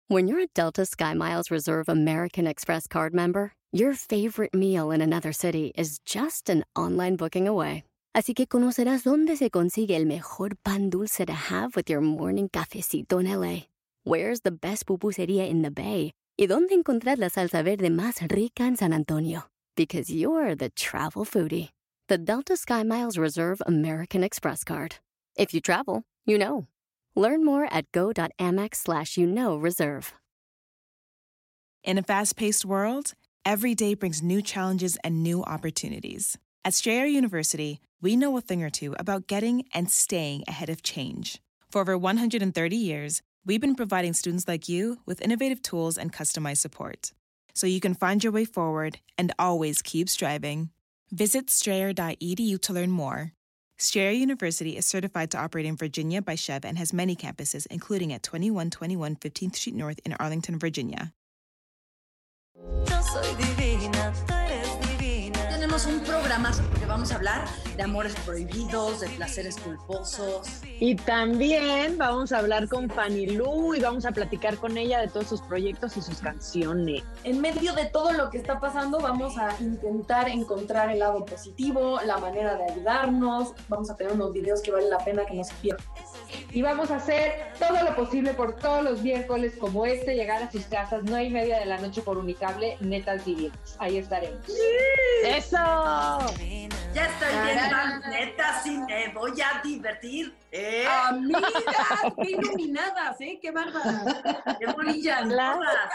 When you're a Delta SkyMiles Reserve American Express card member, your favorite meal in another city is just an online booking away. Así que conocerás dónde se consigue el mejor pan dulce to have with your morning cafecito en LA. Where's the best pupusería in the Bay? Y dónde encontrar la salsa verde más rica en San Antonio. Because you're the travel foodie. The Delta SkyMiles Reserve American Express card. If you travel, you know. Learn more at go.amex/reserve. In a fast-paced world, every day brings new challenges and new opportunities. At Strayer University, we know a thing or two about getting and staying ahead of change. For over 130 years, we've been providing students like you with innovative tools and customized support, so you can find your way forward and always keep striving. Visit strayer.edu to learn more. Strayer University is certified to operate in Virginia by Chev and has many campuses, including at 2121 15th Street North in Arlington, Virginia. Yo soy divina, tú eres divina. Tenemos un programa porque vamos a hablar de amores prohibidos, de placeres culposos. Y también vamos a hablar con Fanny Lu y vamos a platicar con ella de todos sus proyectos y sus canciones. En medio de todo lo que está pasando, vamos a intentar encontrar el lado positivo, la manera de ayudarnos. Vamos a tener unos videos que vale la pena que no se pierdan. Y vamos a hacer todo lo posible por todos los miércoles como llegar a sus casas 9:30 de la noche por Unicable, Netas Divinas. Ahí estaremos. ¡Eso! Ya estoy viendo netas y me voy a divertir. ¡Amigas! ¡Qué iluminadas! ¡Qué bárbaras! ¡Qué brillan todas!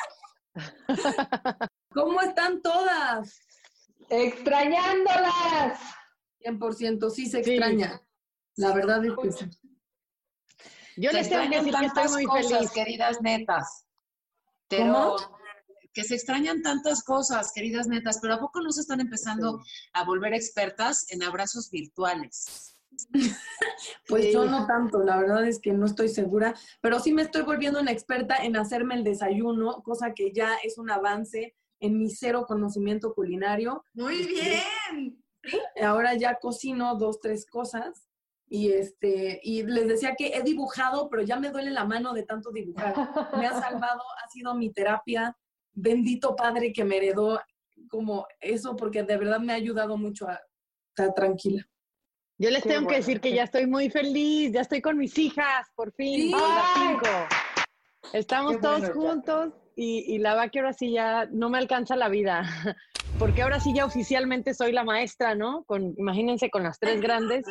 ¿Cómo están todas? ¡Extrañándolas! 100%, sí se extraña. La verdad es que sí. Yo les tengo que decir que estoy muy feliz. Queridas netas. Pero que se extrañan tantas cosas, queridas netas, pero ¿a poco no se están empezando a volver expertas en abrazos virtuales? Pues yo no tanto, la verdad es que no estoy segura, pero sí me estoy volviendo una experta en hacerme el desayuno, cosa que ya es un avance en mi cero conocimiento culinario. ¡Muy bien! Ahora ya cocino 2, 3 cosas. Y les decía que he dibujado, pero ya me duele la mano de tanto dibujar. Me ha salvado, ha sido mi terapia. Bendito padre que me heredó como eso, porque de verdad me ha ayudado mucho a estar tranquila. Yo les tengo que decir que ya estoy muy feliz, ya estoy con mis hijas, por fin. Sí. Las 5. Estamos todos juntos y la verdad que ahora sí ya no me alcanza la vida. Porque ahora sí ya oficialmente soy la maestra, ¿no? Imagínense con las 3 grandes.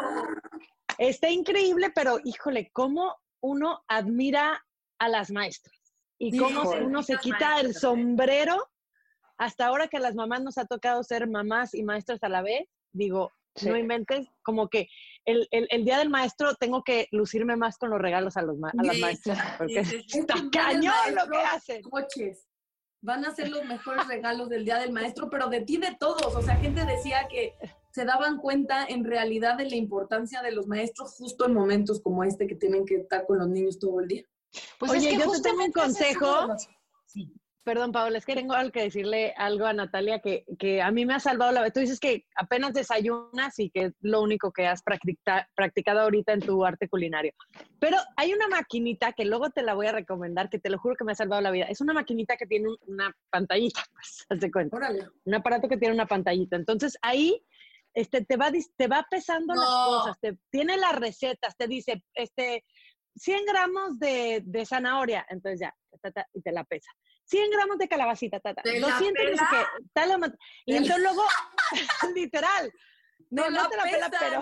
Está increíble, pero híjole, cómo uno admira a las maestras. Y cómo uno se quita el sombrero. Hasta ahora que a las mamás nos ha tocado ser mamás y maestras a la vez, digo, no inventes, como que el Día del Maestro tengo que lucirme más con los regalos a las maestras. Porque está cañón lo que hacen. Coches. Van a ser los mejores regalos del Día del Maestro, pero de ti, de todos. O sea, gente decía que se daban cuenta en realidad de la importancia de los maestros justo en momentos como este que tienen que estar con los niños todo el día. Pues oye, yo te tengo un consejo. Sí. Perdón, Paola, es que tengo que decirle algo a Natalia que a mí me ha salvado la vida. Tú dices que apenas desayunas y que es lo único que has practicado ahorita en tu arte culinario. Pero hay una maquinita que luego te la voy a recomendar, que te lo juro que me ha salvado la vida. Es una maquinita que tiene una pantallita, pues, haz de cuenta. Órale. Un aparato que tiene una pantallita. Entonces ahí te va pesando las cosas, tiene las recetas, te dice 100 gramos de zanahoria, entonces ya, y te la pesa. 100 gramos de calabacita, 200, no sé qué, y entonces luego, literal, no te la pela, pero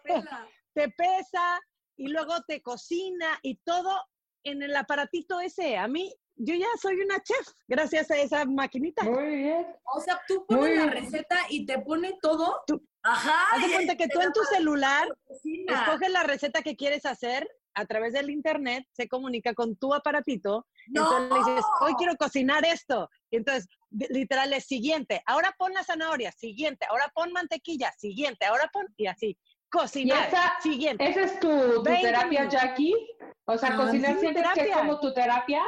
te pesa, y luego te cocina, y todo en el aparatito ese. A mí, yo ya soy una chef, gracias a esa maquinita. Muy bien. O sea, tú pones la receta y te pone todo. Ajá. Haz de cuenta que tú en tu celular escoges la receta que quieres hacer, a través del internet, se comunica con tu aparatito, entonces le dices, hoy quiero cocinar esto, y entonces, literal, es siguiente, ahora pon la zanahoria, siguiente, ahora pon mantequilla, siguiente, ahora pon, y así, cocinar, siguiente. ¿Esa es tu terapia, minutos. Jackie? O sea, cocinar sientes que es como tu terapia.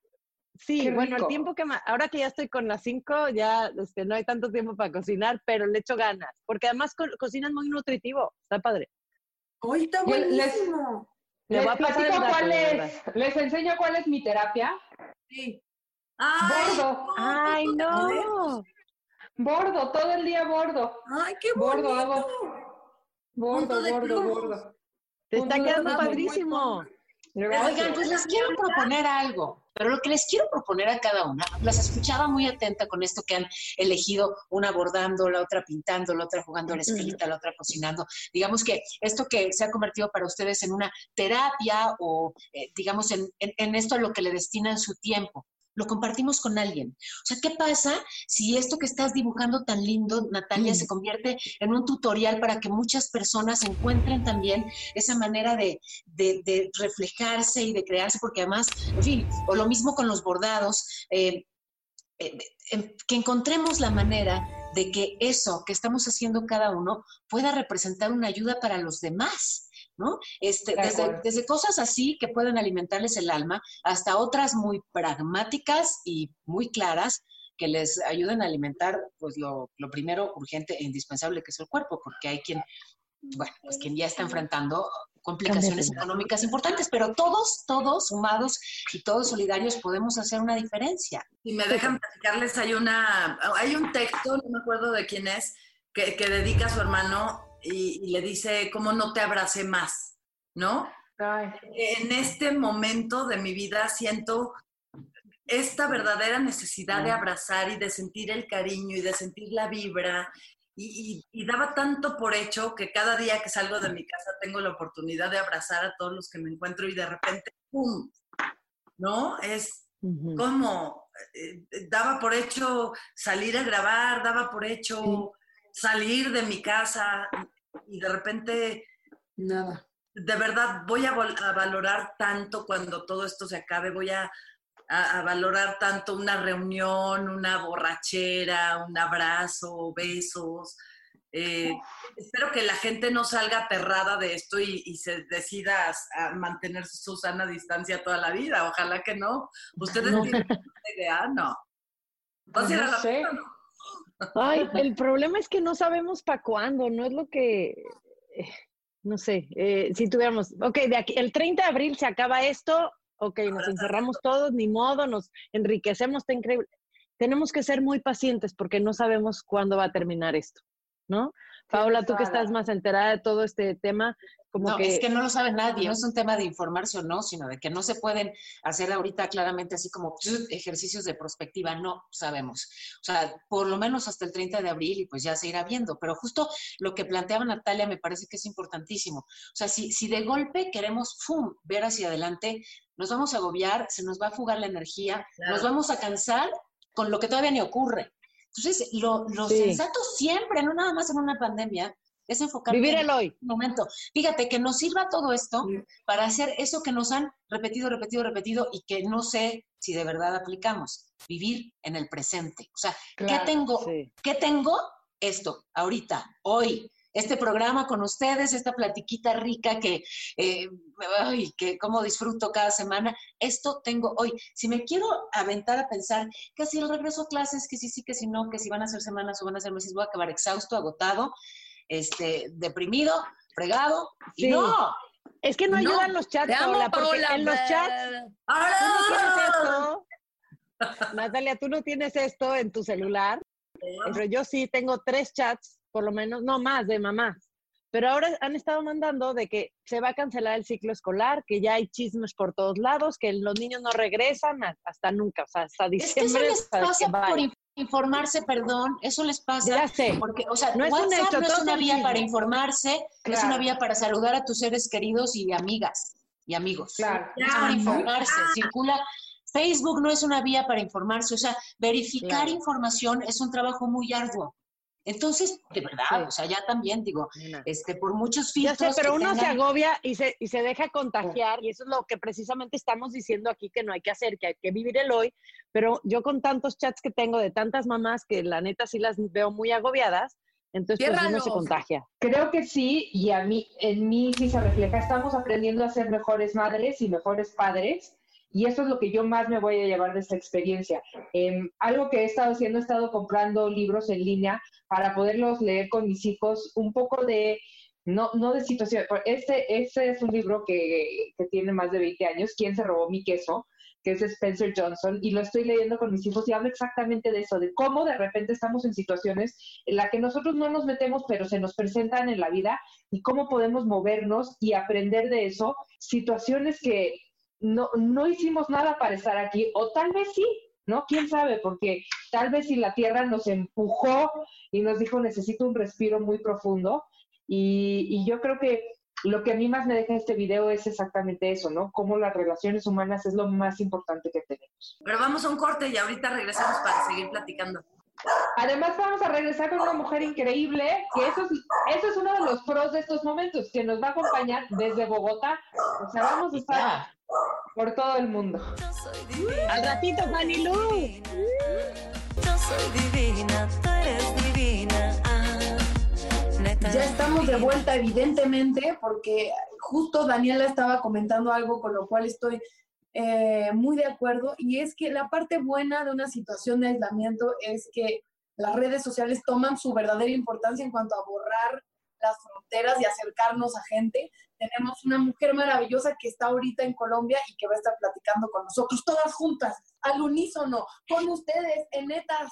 Sí, bueno, el tiempo ahora que ya estoy con las 5, ya no hay tanto tiempo para cocinar, pero le echo ganas, porque además cocinas muy nutritivo, está padre. ¡Ay, está buenísimo! Les enseño cuál es mi terapia. Sí. ¡Ay! Bordo. ¡Ay, no! Bordo, todo el día bordo. ¡Ay, qué bonito! Bordo hago. Punto de Bordo. cruz. Te está Punto de quedando cruz. padrísimo. Oigan, pues les quiero proponer algo, pero lo que les quiero proponer a cada una, las escuchaba muy atenta con esto que han elegido, una bordando, la otra pintando, la otra jugando a la esquelita, la otra cocinando. Digamos que esto que se ha convertido para ustedes en una terapia o, digamos, en esto a lo que le destinan su tiempo, lo compartimos con alguien. O sea, ¿qué pasa si esto que estás dibujando tan lindo, Natalia, se convierte en un tutorial para que muchas personas encuentren también esa manera de reflejarse y de crearse? Porque además, en fin, o lo mismo con los bordados, que encontremos la manera de que eso que estamos haciendo cada uno pueda representar una ayuda para los demás, ¿no? Desde cosas así que pueden alimentarles el alma, hasta otras muy pragmáticas y muy claras que les ayuden a alimentar, pues, lo primero urgente e indispensable, que es el cuerpo, porque hay quien ya está enfrentando complicaciones económicas importantes, pero todos sumados y todos solidarios podemos hacer una diferencia. Si me dejan platicarles, hay un texto, no me acuerdo de quién es, que dedica a su hermano y le dice, ¿cómo no te abracé más? ¿No? Ay. En este momento de mi vida siento esta verdadera necesidad de abrazar y de sentir el cariño y de sentir la vibra. Y daba tanto por hecho que cada día que salgo de mi casa tengo la oportunidad de abrazar a todos los que me encuentro y de repente, ¡pum! ¿No? Es como, daba por hecho salir a grabar, daba por hecho salir de mi casa y de repente, Nada. De verdad, voy a valorar tanto cuando todo esto se acabe, voy a valorar tanto una reunión, una borrachera, un abrazo, besos. Espero que la gente no salga aterrada de esto y se decida a mantener su sana distancia toda la vida. Ojalá que no. ¿Ustedes tienen una idea? No. ¿Vas a ir a la sé. fiesta? Ay, el problema es que no sabemos para cuándo, no es lo que, no sé, si tuviéramos, de aquí, el 30 de abril se acaba esto, nos encerramos todos, ni modo, nos enriquecemos, está increíble. Tenemos que ser muy pacientes porque no sabemos cuándo va a terminar esto, ¿no? Paola, tú que estás más enterada de todo este tema, es que no lo sabe nadie, no es un tema de informarse o no, sino de que no se pueden hacer ahorita claramente así como ejercicios de prospectiva, no sabemos. O sea, por lo menos hasta el 30 de abril y pues ya se irá viendo, pero justo lo que planteaba Natalia me parece que es importantísimo. O sea, si de golpe queremos ver hacia adelante, nos vamos a agobiar, se nos va a fugar la energía, nos vamos a cansar con lo que todavía ni ocurre. Entonces, lo sensato siempre, no nada más en una pandemia, es enfocar vivir el hoy. Un momento. Fíjate que nos sirva todo esto para hacer eso que nos han repetido y que no sé si de verdad aplicamos. Vivir en el presente. O sea, claro, ¿qué tengo? Sí. ¿Qué tengo? Esto, ahorita, hoy. Este programa con ustedes, esta platiquita rica que cómo disfruto cada semana. Esto tengo hoy. Si me quiero aventar a pensar que si el regreso a clases, que sí, que si no, que si van a ser semanas o van a ser meses, voy a acabar exhausto, agotado, deprimido, fregado, y no. Es que no ayudan los chats, Paola, porque en los chats tú no tienes esto. Natalia, tú no tienes esto en tu celular, pero yo sí tengo 3 chats, por lo menos, no más, de mamás. Pero ahora han estado mandando de que se va a cancelar el ciclo escolar, que ya hay chismes por todos lados, que los niños no regresan hasta nunca, o sea, hasta diciembre. Es que eso les pasa por informarse, perdón, eso les pasa. Ya sé. Porque, o sea, no WhatsApp es un hecho, no es una vía para informarse, claro. Es una vía para saludar a tus seres queridos y amigas y amigos. Claro. No es para informarse, circula. Facebook no es una vía para informarse, o sea, verificar información es un trabajo muy arduo. Entonces, de verdad, o sea, ya también digo, por muchos filtros. Ya sé, pero uno se agobia y se deja contagiar, y eso es lo que precisamente estamos diciendo aquí que no hay que hacer, que hay que vivir el hoy. Pero yo con tantos chats que tengo de tantas mamás que la neta sí las veo muy agobiadas, entonces pues uno se contagia. Creo que sí, y en mí sí se refleja. Estamos aprendiendo a ser mejores madres y mejores padres. Y eso es lo que yo más me voy a llevar de esta experiencia. Algo que he estado haciendo, he estado comprando libros en línea para poderlos leer con mis hijos, un poco de, no de situación. Este es un libro que tiene más de 20 años, ¿Quién se robó mi queso? que es Spencer Johnson, y lo estoy leyendo con mis hijos y habla exactamente de eso, de cómo de repente estamos en situaciones en las que nosotros no nos metemos, pero se nos presentan en la vida, y cómo podemos movernos y aprender de eso, situaciones que no hicimos nada para estar aquí, o tal vez sí, ¿no? ¿Quién sabe? Porque tal vez si la Tierra nos empujó y nos dijo necesito un respiro muy profundo, y yo creo que lo que a mí más me deja este video es exactamente eso, ¿no? Cómo las relaciones humanas es lo más importante que tenemos. Pero vamos a un corte y ahorita regresamos para seguir platicando. Además vamos a regresar con una mujer increíble, que eso es uno de los pros de estos momentos, que nos va a acompañar desde Bogotá. O sea, vamos a estar por todo el mundo. Al ratito, Manilu. Yo soy divina, tú eres divina. Ya estamos de vuelta, evidentemente, porque justo Daniela estaba comentando algo con lo cual estoy muy de acuerdo, y es que la parte buena de una situación de aislamiento es que las redes sociales toman su verdadera importancia en cuanto a borrar las fronteras y acercarnos a gente. Tenemos una mujer maravillosa que está ahorita en Colombia y que va a estar platicando con nosotros, todas juntas, al unísono, con ustedes, en Netas.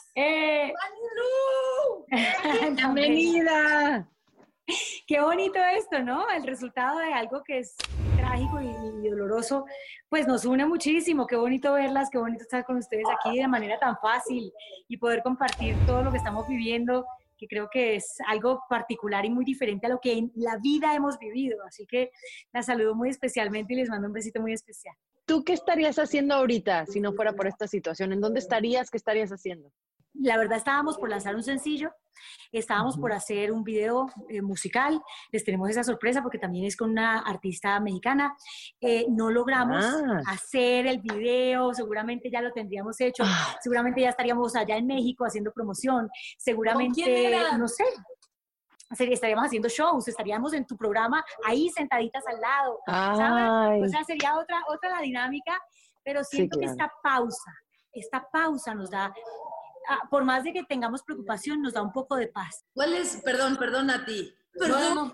¡Manilu! ¡Bienvenida! Qué bonito esto, ¿no? El resultado de algo que es trágico y doloroso, pues nos une muchísimo. Qué bonito verlas, qué bonito estar con ustedes aquí de manera tan fácil y poder compartir todo lo que estamos viviendo, que creo que es algo particular y muy diferente a lo que en la vida hemos vivido. Así que las saludo muy especialmente y les mando un besito muy especial. ¿Tú qué estarías haciendo ahorita si no fuera por esta situación? ¿En dónde estarías? ¿Qué estarías haciendo? La verdad, estábamos por lanzar un sencillo, estábamos por hacer un video musical, les tenemos esa sorpresa porque también es con una artista mexicana. No logramos hacer el video, seguramente ya lo tendríamos hecho, seguramente ya estaríamos allá en México haciendo promoción, seguramente, ¿Con quién era? no sé, estaríamos haciendo shows, estaríamos en tu programa ahí sentaditas al lado, ¿sabes? O sea, sería otra la dinámica, pero siento que esta pausa nos da... por más de que tengamos preocupación, nos da un poco de paz. ¿Cuál es, perdón a ti? Perdón.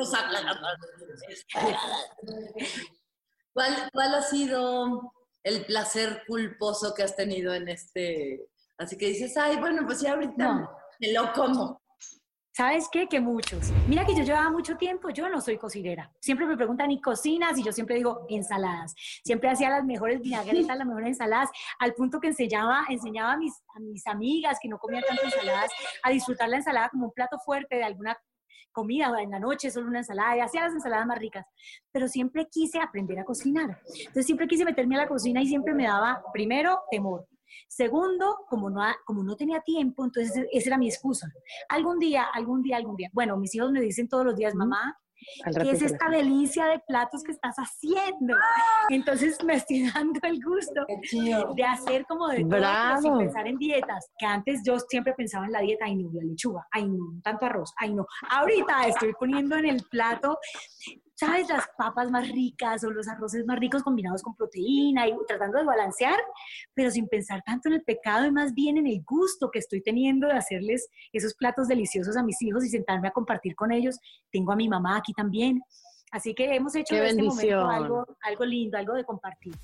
¿Cuál ha sido el placer culposo que has tenido en este? Así que dices, ay, bueno, pues ya ahorita me lo como. ¿Sabes qué? Que muchos. Mira que yo llevaba mucho tiempo, yo no soy cocinera. Siempre me preguntan, ¿y cocinas? Y yo siempre digo, ensaladas. Siempre hacía las mejores vinagretas, las mejores ensaladas, al punto que enseñaba a mis amigas que no comían tanto ensaladas, a disfrutar la ensalada como un plato fuerte de alguna comida, en la noche solo una ensalada, y hacía las ensaladas más ricas. Pero siempre quise aprender a cocinar. Entonces siempre quise meterme a la cocina y siempre me daba, primero, temor. Segundo, como no tenía tiempo, entonces esa era mi excusa. Algún día. Bueno, mis hijos me dicen todos los días, mamá, ¿qué es esta delicia de platos que estás haciendo? Entonces me estoy dando el gusto de hacer como de todo, pero sin pensar en dietas, que antes yo siempre pensaba en la dieta, ay no, la lechuga, ay no, tanto arroz, ay no. Ahorita estoy poniendo en el plato, ¿sabes? Las papas más ricas o los arroces más ricos combinados con proteína y tratando de balancear, pero sin pensar tanto en el pecado y más bien en el gusto que estoy teniendo de hacerles esos platos deliciosos a mis hijos y sentarme a compartir con ellos. Tengo a mi mamá aquí también. Así que hemos hecho de este momento algo lindo, algo de compartir.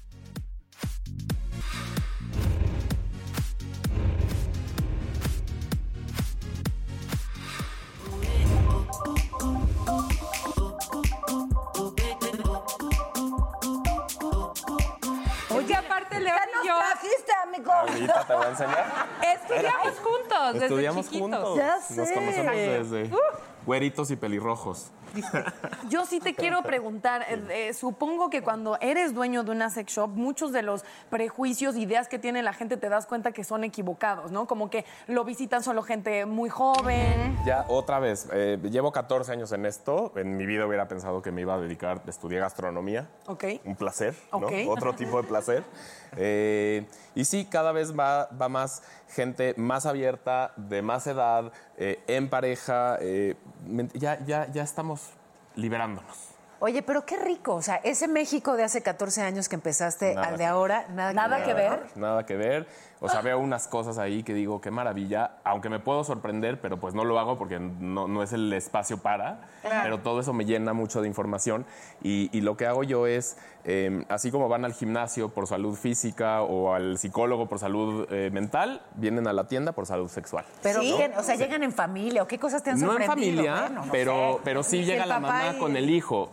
Oye, aparte, León y yo... trajiste, amigo? Ahorita te voy a enseñar. Estudiamos juntos desde Estudiamos chiquitos. juntos. Ya sé. Nos conocemos desde güeritos y pelirrojos. Yo sí te quiero preguntar, supongo que cuando eres dueño de una sex shop, muchos de los prejuicios, ideas que tiene la gente, te das cuenta que son equivocados, ¿no? Como que lo visitan solo gente muy joven. Ya, otra vez, llevo 14 años en esto. En mi vida hubiera pensado que me iba a dedicar, estudié gastronomía. Ok. Un placer, ¿no? Ok. Otro tipo de placer. Y sí, cada vez va más gente más abierta, de más edad, en pareja. Ya estamos liberándonos. Oye, pero qué rico. O sea, ese México de hace 14 años que empezaste al de ahora, nada que ver. Nada que ver. O sea, veo unas cosas ahí que digo, qué maravilla, aunque me puedo sorprender, pero pues no lo hago porque no es el espacio para, pero todo eso me llena mucho de información y lo que hago yo es, así como van al gimnasio por salud física o al psicólogo por salud mental, vienen a la tienda por salud sexual. Pero, o sea, ¿llegan en familia o qué cosas te han sorprendido? No en familia, bueno, no pero sí llega la mamá con el hijo,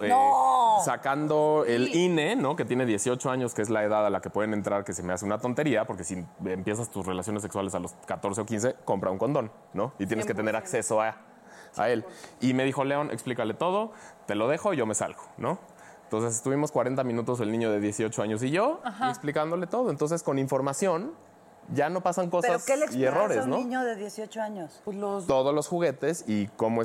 sacando el INE, ¿no? Que tiene 18 años, que es la edad a la que pueden entrar, que se me hace una tontería, porque si empiezas tus relaciones sexuales a los 14 o 15, compra un condón, ¿no? Y tienes que tener acceso a él. Y me dijo, León, explícale todo, te lo dejo y yo me salgo, ¿no? Entonces estuvimos 40 minutos el niño de 18 años y yo, explicándole todo. Entonces, con información, ya no pasan cosas y errores, ¿no? ¿Pero qué le explicas a un niño de 18 años? Pues todos los juguetes y cómo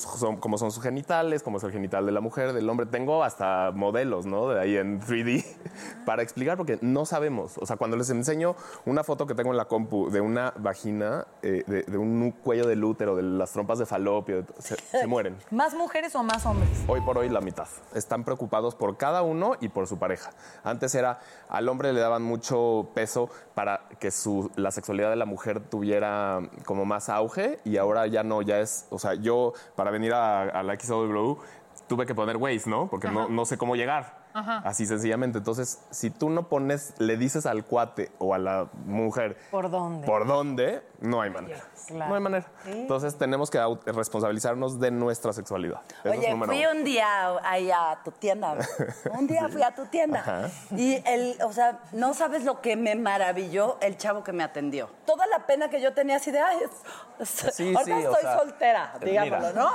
son sus genitales, cómo es el genital de la mujer, del hombre. Tengo hasta modelos, ¿no? De ahí en 3D para explicar, porque no sabemos. O sea, cuando les enseño una foto que tengo en la compu de una vagina, de un cuello del útero, de las trompas de falopio, se mueren. ¿Más mujeres o más hombres? Hoy por hoy la mitad. Están preocupados por cada uno y por su pareja. Antes al hombre le daban mucho peso para que la sexualidad de la mujer tuviera como más auge y ahora ya no, ya es, o sea, yo para venir a la XW tuve que poner Waze, ¿no? Porque no sé cómo llegar. Así sencillamente. Entonces, si tú no le dices al cuate o a la mujer ¿por dónde? ¿Por dónde? No hay manera. Claro. No hay manera. ¿Sí? Entonces, tenemos que responsabilizarnos de nuestra sexualidad. Oye, fui un día ahí a tu tienda. Un día fui a tu tienda. Y o sea, no sabes lo que me maravilló el chavo que me atendió. Toda la pena que yo tenía así de, ahorita estoy soltera, digámoslo, ¿no?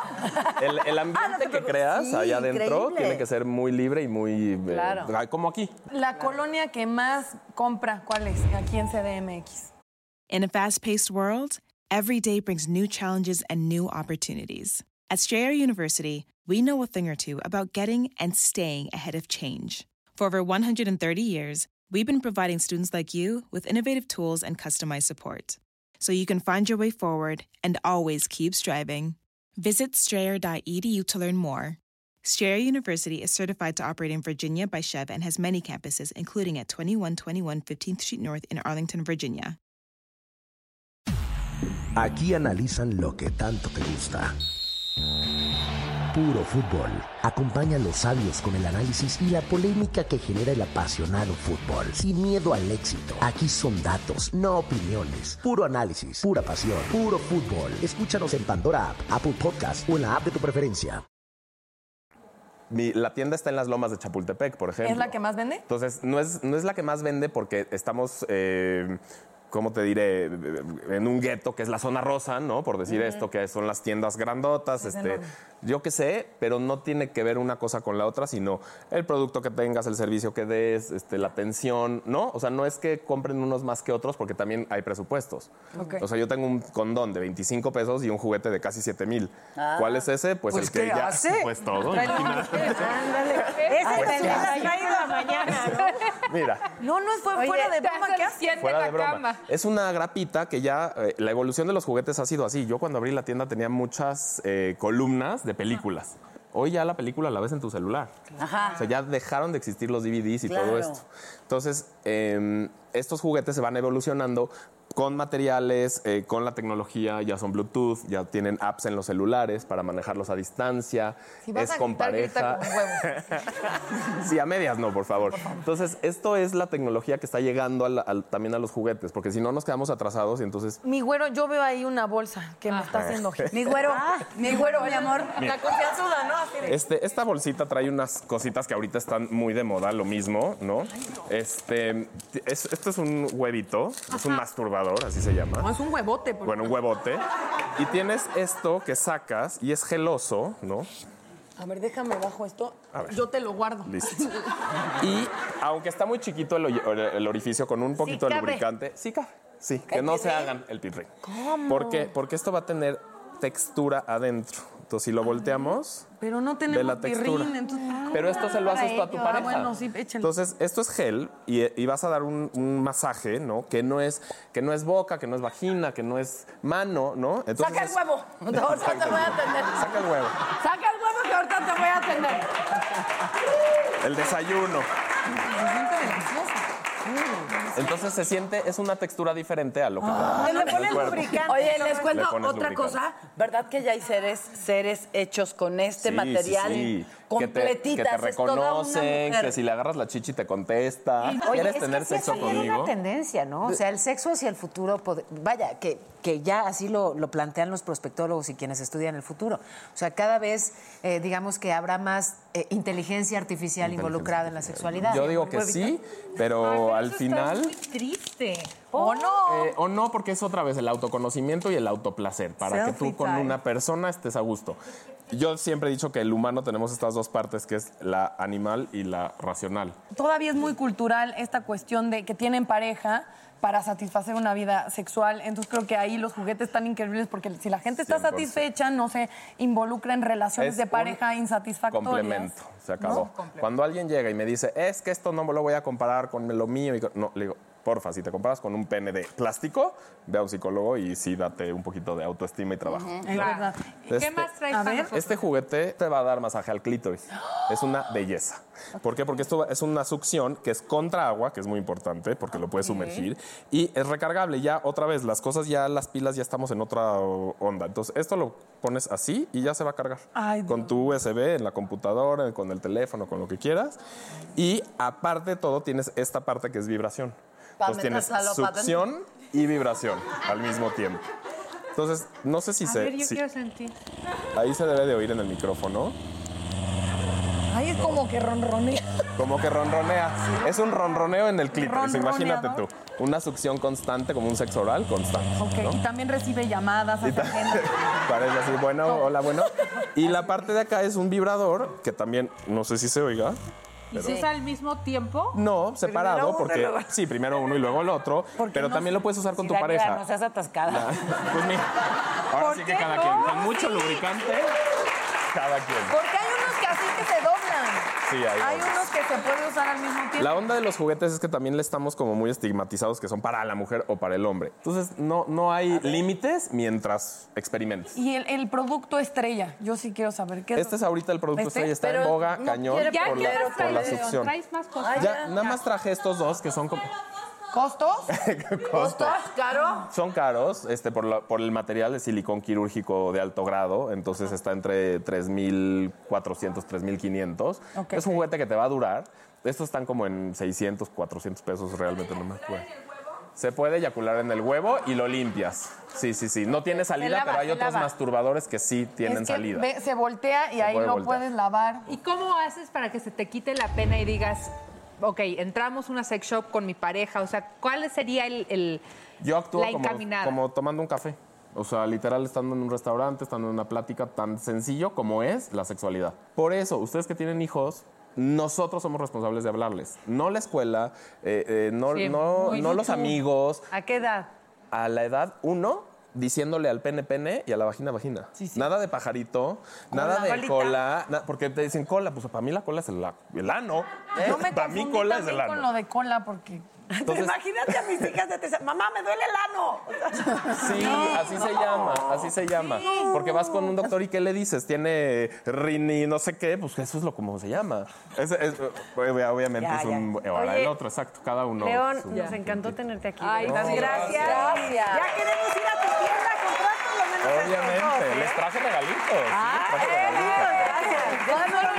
El ambiente que creas allá adentro tiene que ser muy libre y muy... como aquí. La colonia que más compra, ¿cuál es? Aquí en CDMX. In a fast-paced world, every day brings new challenges and new opportunities. At Strayer University, we know a thing or two about getting and staying ahead of change. For over 130 years, we've been providing students like you with innovative tools and customized support, so you can find your way forward and always keep striving. Visit strayer.edu to learn more. Strayer University is certified to operate in Virginia by Chev and has many campuses, including at 2121 15th Street North in Arlington, Virginia. Aquí analizan lo que tanto te gusta. Puro fútbol. Acompaña a los sabios con el análisis y la polémica que genera el apasionado fútbol. Sin miedo al éxito. Aquí son datos, no opiniones. Puro análisis, pura pasión, puro fútbol. Escúchanos en Pandora App, Apple Podcast o en la app de tu preferencia. La tienda está en las Lomas de Chapultepec, por ejemplo. ¿Es la que más vende? Entonces, no es la que más vende porque estamos... ¿cómo te diré? En un gueto que es la zona rosa, ¿no? Por decir esto, que son las tiendas grandotas, yo qué sé, pero no tiene que ver una cosa con la otra, sino el producto que tengas, el servicio que des, la atención, ¿no? O sea, no es que compren unos más que otros porque también hay presupuestos. O sea, yo tengo un condón de 25 pesos y un juguete de casi 7,000. ¿Cuál es ese? Pues el que ya... hace? Pues todo, imagínate. Ándale. Ese te lo has traído a mañana, ¿no? Mira. No fue fuera de broma. ¿Qué haces? Fuera de broma. Es una grapita que ya... la evolución de los juguetes ha sido así. Yo cuando abrí la tienda tenía muchas columnas de películas. Hoy ya la película la ves en tu celular. O sea, ya dejaron de existir los DVDs y todo esto. Entonces, estos juguetes se van evolucionando con materiales, con la tecnología, ya son Bluetooth, ya tienen apps en los celulares para manejarlos a distancia. Si vas es con pareja. Grita con huevo. Sí, a medias no, por favor. Entonces, esto es la tecnología que está llegando también a los juguetes, porque si no nos quedamos atrasados y entonces... Mi güero, yo veo ahí una bolsa que me está haciendo... Mi güero, mi amor. La confianzuda, ¿no? Así de... Esta bolsita trae unas cositas que ahorita están muy de moda, lo mismo, ¿no? Esto es un huevito, es un masturbador, así se llama. No, es un huevote. Bueno, un huevote. Y tienes esto que sacas y es geloso, ¿no? A ver, déjame bajo esto. Yo te lo guardo. Listo. Y aunque está muy chiquito el orificio con un poquito de lubricante, sí cabe. Sí, que no se hagan el pipí. ¿Cómo? ¿Por qué? Porque esto va a tener textura adentro. Entonces, si lo volteamos, pero no tenemos ve la textura. Pirrín, entonces... Pero esto se lo haces tú a tu pareja. Bueno, sí, échale. Entonces, esto es gel y vas a dar un masaje, ¿no? Que no es boca, que no es vagina, que no es mano, ¿no? Entonces, saca el huevo. No te voy a atender. Saca el huevo. Saca el huevo que ahorita te voy a atender. El desayuno. Entonces se siente, es una textura diferente a lo que Le pones lubricante. Oye, les cuento otra lubricante. cosa. ¿Verdad que ya hay seres hechos con este material? Sí. Completitas. Que te es toda una reconocen, mujer. que si le agarras la chichi te contesta. Oye, ¿Quieres es tener que sí sexo hay conmigo? una tendencia, ¿no? O sea, el sexo hacia el futuro, vaya, que ya así lo plantean los prospectólogos y quienes estudian el futuro. O sea, cada vez, digamos que habrá más inteligencia artificial involucrada en la sexualidad. Yo digo que sí, pero al final... Muy triste. ¿O no? O no, porque es otra vez el autoconocimiento y el autoplacer, para que tú con una persona estés a gusto. Yo siempre he dicho que el humano tenemos estas dos partes, que es la animal y la racional. Todavía es muy cultural esta cuestión de que tienen pareja para satisfacer una vida sexual. Entonces creo que ahí los juguetes están increíbles porque si la gente está 100%. satisfecha, no se involucra en relaciones Es de pareja insatisfactorias. Complemento, se acabó. Cuando alguien llega y me dice, es que esto no me lo voy a comparar con lo mío, no, le digo, porfa, si te comparas con un pene de plástico, ve a un psicólogo y sí date un poquito de autoestima y trabajo. Es verdad. ¿Qué más traes para nosotros? Este juguete te va a dar masaje al clítoris. Es una belleza. ¿Por qué? Porque esto es una succión que es contra agua, que es muy importante porque lo puedes sumergir, y es recargable. Ya otra vez, las cosas ya, las pilas ya estamos en otra onda. Entonces, esto lo pones así y ya se va a cargar. Ay, con tu USB, en la computadora, con el teléfono, con lo que quieras. Y aparte de todo, tienes esta parte que es vibración. Entonces tienes succión y vibración al mismo tiempo. Entonces, no sé si quiero sentir. Ahí se debe de oír en el micrófono. Ahí es como que ronronea. Como que ronronea. Sí. Es un ronroneo en el clítoris, imagínate tú. Una succión constante, como un sexo oral constante. Ok, ¿no? Y también recibe llamadas. Parece así, bueno, hola, bueno. Y la parte de acá es un vibrador, que también, no sé si se oiga. ¿Y se usa al mismo tiempo? No, separado, porque sí, primero uno y luego el otro, pero no, también lo puedes usar con tu pareja. No seas atascada. Pues mira, ahora sí que cada quien, con mucho lubricante, cada quien. Porque hay unos que así que se doblan. Sí, hay unos que se pueden usar al mismo tiempo. La onda de los juguetes es que también le estamos como muy estigmatizados que son para la mujer o para el hombre. Entonces, no hay límites mientras experimentes. Y el producto estrella, yo sí quiero saber qué es. Este es ahorita el producto estrella, está en boga, cañón, por la succión. ¿Traes más cosas? Ya, nada más traje estos dos que son como... ¿Costos? ¿Costos? ¿Caro? Son caros, por el material de silicón quirúrgico de alto grado, entonces está entre 3,400, 3,500. Okay. Es un juguete que te va a durar. Estos están como en 600, 400 pesos realmente, no me acuerdo. Se puede eyacular en el huevo y lo limpias. Sí. No tiene salida, pero hay otros masturbadores que sí tienen salida. Se voltea y ahí lo puedes lavar. ¿Y cómo haces para que se te quite la pena y digas... Ok, entramos a una sex shop con mi pareja, o sea, ¿cuál sería Yo actúo la encaminada? como tomando un café. O sea, literal, estando en un restaurante, estando en una plática tan sencillo como es la sexualidad. Por eso, ustedes que tienen hijos, nosotros somos responsables de hablarles. No la escuela, no los amigos. ¿A qué edad? A la edad 1, diciéndole al pene y a la vagina. Sí. Nada de pajarito, nada de cola, porque te dicen cola, pues para mí la cola es el ano. Yo me para mí cola es el ano. Con lo de cola porque... Entonces, imagínate a mis hijas de mamá, me duele el ano. Sí, así se llama. Porque vas con un doctor y ¿qué le dices? Tiene rini, no sé qué, pues eso es como se llama. Obviamente es un... Oye, el otro, exacto, cada uno. León, nos encantó tenerte aquí. Ay, gracias. Ya queremos ir a tu tienda a comprar por lo menos. Obviamente, les traje regalitos. Gracias.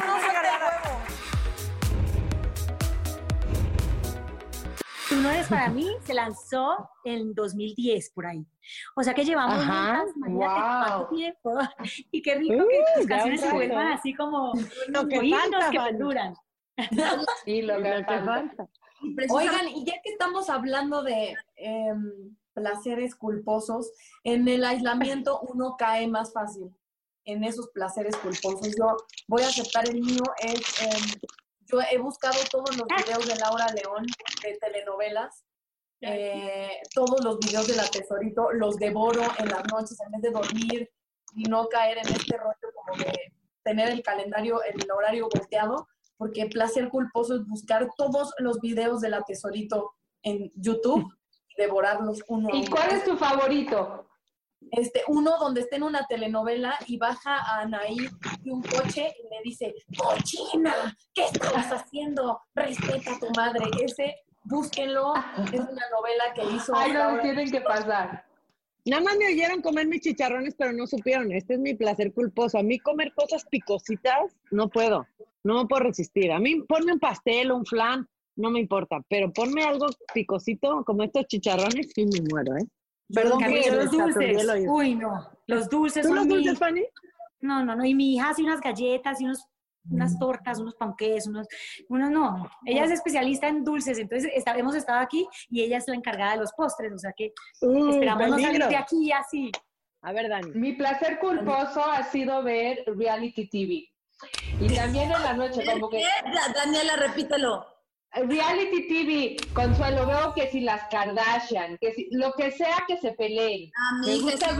Tú no eres para mí, se lanzó en 2010 por ahí. O sea que llevamos juntas, imagínate cuánto tiempo. Y qué rico que tus canciones se vuelvan así como himnos que perduran. Sí, lo que falta. Oigan, y ya que estamos hablando de placeres culposos, en el aislamiento uno cae más fácil en esos placeres culposos. Yo voy a aceptar el mío, yo he buscado todos los videos de Laura León de telenovelas, todos los videos de La Tesorito, los devoro en las noches en vez de dormir y no caer en este rollo como de tener el calendario, el horario volteado, porque placer culposo es buscar todos los videos de La Tesorito en YouTube y devorarlos uno a uno. ¿Y cuál es tu favorito? uno donde está en una telenovela y baja a Anaí de un coche y le dice, ¡cochina! ¿Qué estabas haciendo? Respeta a tu madre. Ese, búsquenlo, es una novela que hizo... Ay, no, tienen que pasar. Nada más me oyeron comer mis chicharrones, pero no supieron. Este es mi placer culposo. A mí comer cosas picositas no puedo. No me puedo resistir. A mí ponme un pastel o un flan, no me importa. Pero ponme algo picosito como estos chicharrones y me muero, ¿eh? Perdón, los dulces. Uy, no. Los dulces son los dulces, Fanny? No. Y mi hija hace unas galletas y unas tortas, unos panqués, unos no. Ella es especialista en dulces, entonces hemos estado aquí y ella es la encargada de los postres, o sea que esperamos no salir de aquí así. A ver, Dani. Mi placer culposo ha sido ver reality TV. Y también en la noche, como que... Daniela, repítelo. Reality TV, Consuelo, veo que si las Kardashian, que si lo que sea que se peleen. Me gusta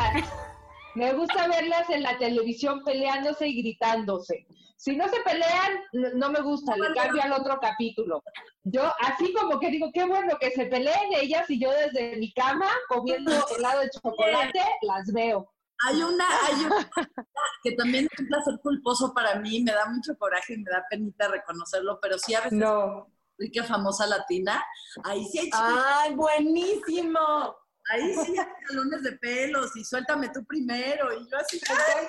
verlas en la televisión peleándose y gritándose. Si no se pelean, no me gusta, le cambio al otro capítulo. Yo así como que digo, qué bueno que se peleen ellas y yo desde mi cama comiendo helado de chocolate, las veo. Hay una que también es un placer culposo para mí, me da mucho coraje y me da penita reconocerlo, pero sí a veces rica famosa latina, ahí sí hay ¡ay, buenísimo! Ahí sí hay salones de pelos y suéltame tú primero y yo así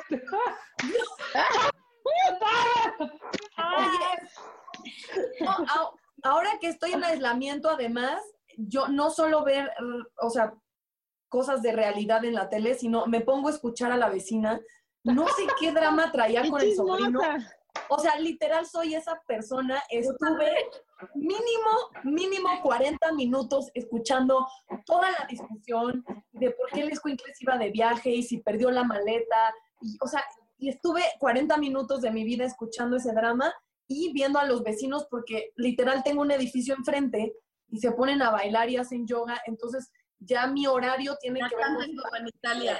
ahora que estoy en aislamiento, además, yo no solo ver, o sea, cosas de realidad en la tele, sino me pongo a escuchar a la vecina. No sé qué drama traía con el sobrino. O sea, literal soy esa persona. Estuve mínimo 40 minutos escuchando toda la discusión de por qué el escuincle se iba de viaje y si perdió la maleta. Y estuve 40 minutos de mi vida escuchando ese drama y viendo a los vecinos porque literal tengo un edificio enfrente y se ponen a bailar y hacen yoga. Entonces, ya mi horario tiene que ver con... como en Italia.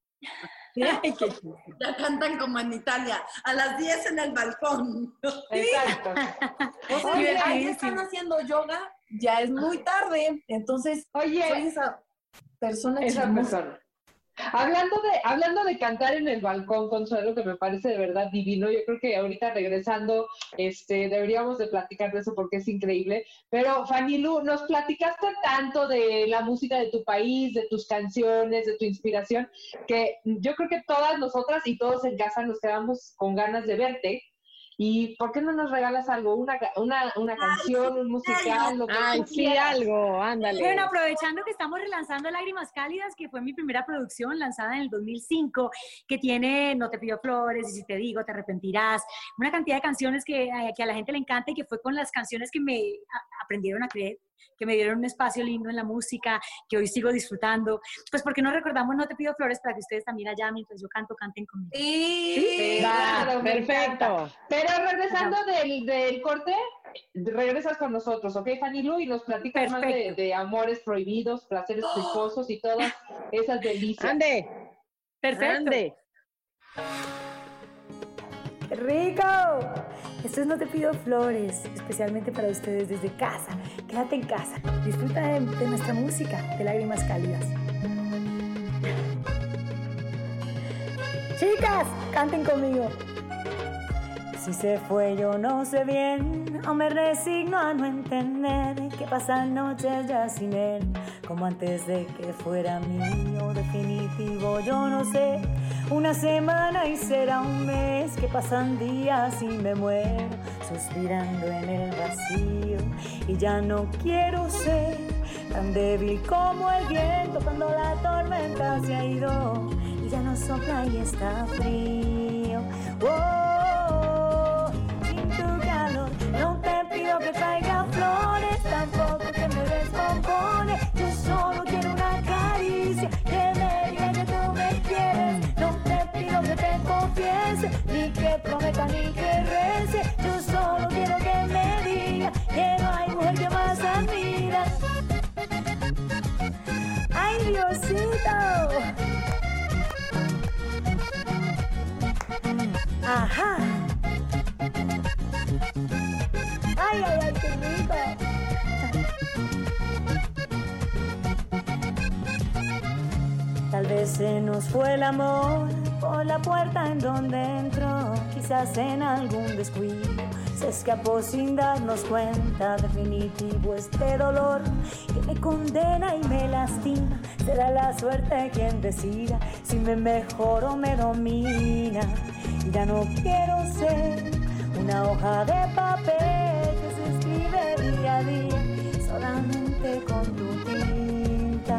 Ya cantan como en Italia. A las 10 en el balcón. Exacto. O sea, ahí están haciendo yoga, ya es muy tarde. Entonces, soy esa persona chismosa. Hablando de cantar en el balcón, Consuelo, que me parece de verdad divino, yo creo que ahorita regresando deberíamos de platicar de eso porque es increíble, pero Fanny Lu, nos platicaste tanto de la música de tu país, de tus canciones, de tu inspiración, que yo creo que todas nosotras y todos en casa nos quedamos con ganas de verte. ¿Y por qué no nos regalas algo? Una canción, un musical, lo que tú quieras. Algo, ándale. Bueno, aprovechando que estamos relanzando Lágrimas Cálidas, que fue mi primera producción lanzada en el 2005, que tiene No te pido flores, y si te digo, te arrepentirás, una cantidad de canciones que a la gente le encanta y que fue con las canciones que me aprendieron a creer, que me dieron un espacio lindo en la música, que hoy sigo disfrutando. Pues, ¿por qué no recordamos No te pido flores para que ustedes también allá, mientras yo canto, canten conmigo? Sí, claro, perfecto. Pero regresando del corte, regresas con nosotros, ¿ok, Fanny Lu? Y nos platicas más de amores prohibidos, placeres culposos y todas esas delicias. ¡Ande! Perfecto. ¡Ande! ¡Qué rico! Esto es No te pido flores, especialmente para ustedes desde casa. Quédate en casa, disfruta de nuestra música, de Lágrimas Cálidas. Chicas, canten conmigo. Si se fue yo no sé bien, o me resigno a no entender que pasan noches ya sin él, como antes de que fuera mío definitivo. Yo no sé, una semana y será un mes, que pasan días y me muero suspirando en el vacío. Y ya no quiero ser tan débil como el viento cuando la tormenta se ha ido y ya no sopla y está frío. Sin tu calor no te pido que traiga flores, tampoco que me descompone. Yo solo quiero una caricia que me diga que tú me quieres. No te pido que te confiese, ni que prometa ni que rece. Yo solo quiero que me diga que no hay mujer que más admira. ¡Ay, Diosito! ¡Ajá! ¡Ay, ay, ay, qué rico! Tal vez se nos fue el amor por la puerta en donde entró, quizás en algún descuido se escapó sin darnos cuenta. Definitivo este dolor que me condena y me lastima, será la suerte quien decida si me mejoro o me domina. Y ya no quiero ser una hoja de papel que se escribe día a día solamente con tu tinta.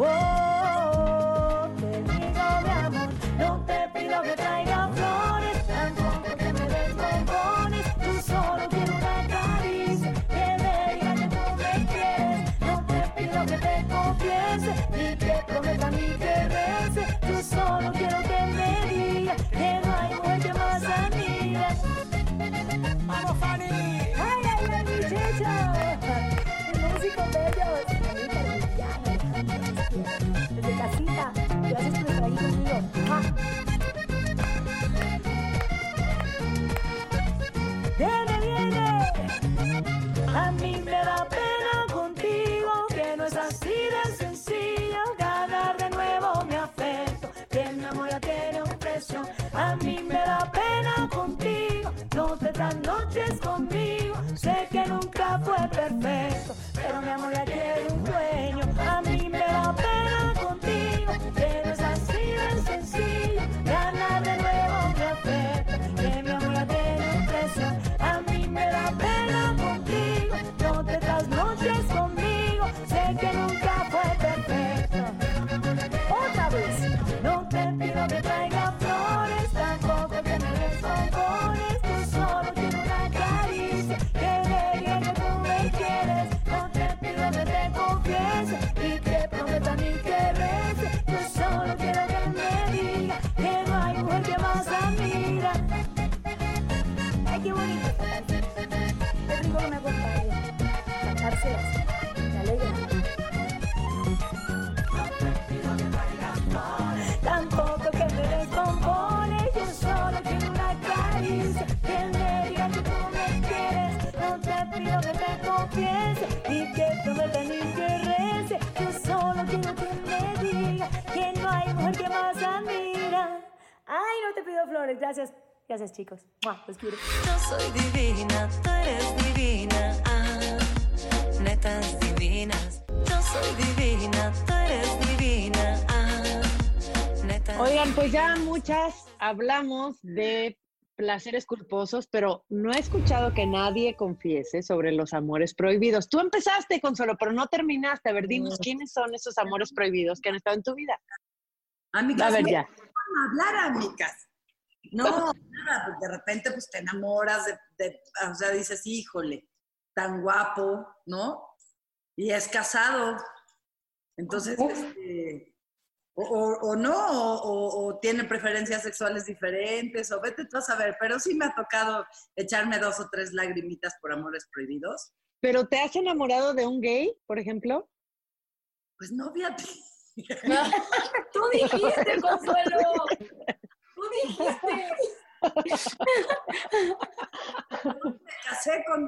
Oh, te digo mi amor, no te pido que traiga flores, tampoco que me des bombones. Tú solo quiero una caricia que me diga que tú me quieres. No te pido que te confiese, ni que prometa ni que rece. Tú solo quiero que me diga que no hay mujer que más admira. ¡Vamos, Fanny! ¡Ay, ay, ay, muchachos! Músicos bellos. Desde casita, gracias por estar ahí conmigo. Viene. A mí me da pena contigo, que no es así de sencillo. Ganar de nuevo mi afecto, que mi amor ya tiene un precio. A mí me da pena contigo, no te das noches conmigo. Sé que nunca fue perfecto, pero mi amor ya tiene un dueño. A mí me da pena contigo, que no es así de sencillo. Ganar de nuevo mi afecto, que mi amor ya tiene un precio. A mí me da pena contigo, no te das noches conmigo. Sé que nunca fue perfecto. Otra vez, no te pido que traiga flores, tampoco que me des bombones. Tú solo quiero una caricia que me diga que tú me quieres. No te pido que te confiese y que prometa ni que rece. Yo solo quiero que me diga que no hay mujer que más admira. Ay, qué bonito esta canción. Qué rico que me acompañe. Cantárselas, me alegra. Tampoco que me des bombones, yo solo quiero una caricia que me diga que tú me quieres. No te pido que te confiese y que prometa ni que rece. Yo solo quiero que me diga que no hay mujer que más admira. Ay, no te pido flores, gracias. Gracias, chicos. Los quiero. Yo soy divina, tú eres divina. Netas divinas. Yo soy divina, tú eres divina. Oigan, pues ya muchas hablamos de placeres culposos, pero no he escuchado que nadie confiese sobre los amores prohibidos. Tú empezaste, Consuelo, pero no terminaste. A ver, dinos, ¿quiénes son esos amores prohibidos que han estado en tu vida? Amigas, a ver, ya. Hablar, amigas. No, nada, pues de repente pues te enamoras o sea, dices, híjole, tan guapo, ¿no? Y es casado. Entonces, o no, o tiene preferencias sexuales diferentes, o vete tú a saber, pero sí me ha tocado echarme 2 o 3 lagrimitas por amores prohibidos. ¿Pero te has enamorado de un gay, por ejemplo? Pues no, fíjate. Tú dijiste, Consuelo. Tú dijiste. Me casé con...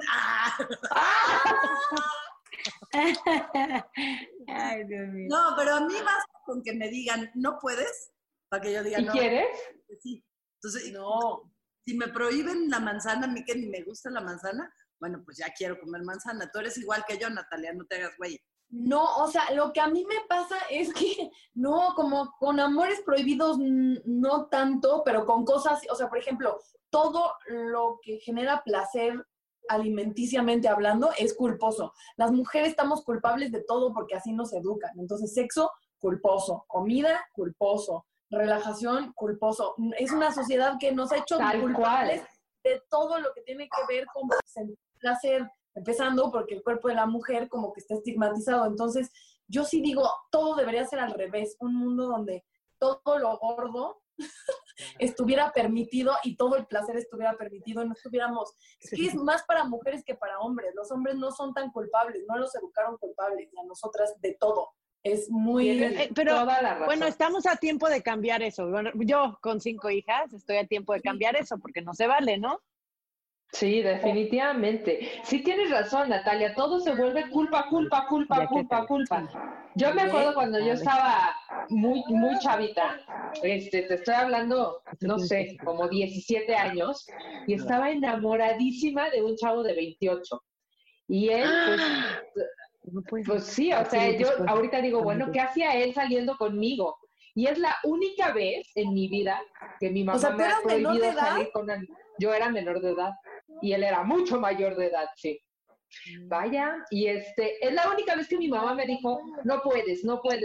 Ay, Dios mío. No, pero a mí basta con que me digan, ¿no puedes? Para que yo diga, no. ¿Y quieres? Sí. Entonces, no. Si me prohíben la manzana, a mí que ni me gusta la manzana, bueno, pues ya quiero comer manzana. Tú eres igual que yo, Natalia, no te hagas güey. No, o sea, lo que a mí me pasa es que no, como con amores prohibidos no tanto, pero con cosas, o sea, por ejemplo, todo lo que genera placer alimenticiamente hablando es culposo. Las mujeres estamos culpables de todo porque así nos educan. Entonces, sexo, culposo. Comida, culposo. Relajación, culposo. Es una sociedad que nos ha hecho culpables de todo lo que tiene que ver con placer, empezando porque el cuerpo de la mujer como que está estigmatizado. Entonces, yo sí digo, todo debería ser al revés. Un mundo donde todo lo gordo estuviera permitido y todo el placer estuviera permitido y no estuviéramos... Es que es más para mujeres que para hombres. Los hombres no son tan culpables, no los educaron culpables, y a nosotras de todo. Es muy... Pero, toda la razón. bueno, estamos a tiempo de cambiar eso. Bueno, yo con 5 hijas estoy a tiempo de cambiar eso porque no se vale, ¿no? Sí, definitivamente. Sí tienes razón, Natalia. Todo se vuelve culpa. Yo me acuerdo cuando yo estaba muy, muy chavita. Te estoy hablando, no sé, como 17 años, y estaba enamoradísima de un chavo de 28. Y él, pues sí, o sea, yo ahorita digo, bueno, ¿qué hacía él saliendo conmigo? Y es la única vez en mi vida que mi mamá me ha prohibido salir con él. Yo era menor de edad y él era mucho mayor de edad, sí. Vaya, y es la única vez que mi mamá me dijo, no puedes.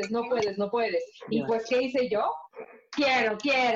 Y pues, ¿qué hice yo? Quiero.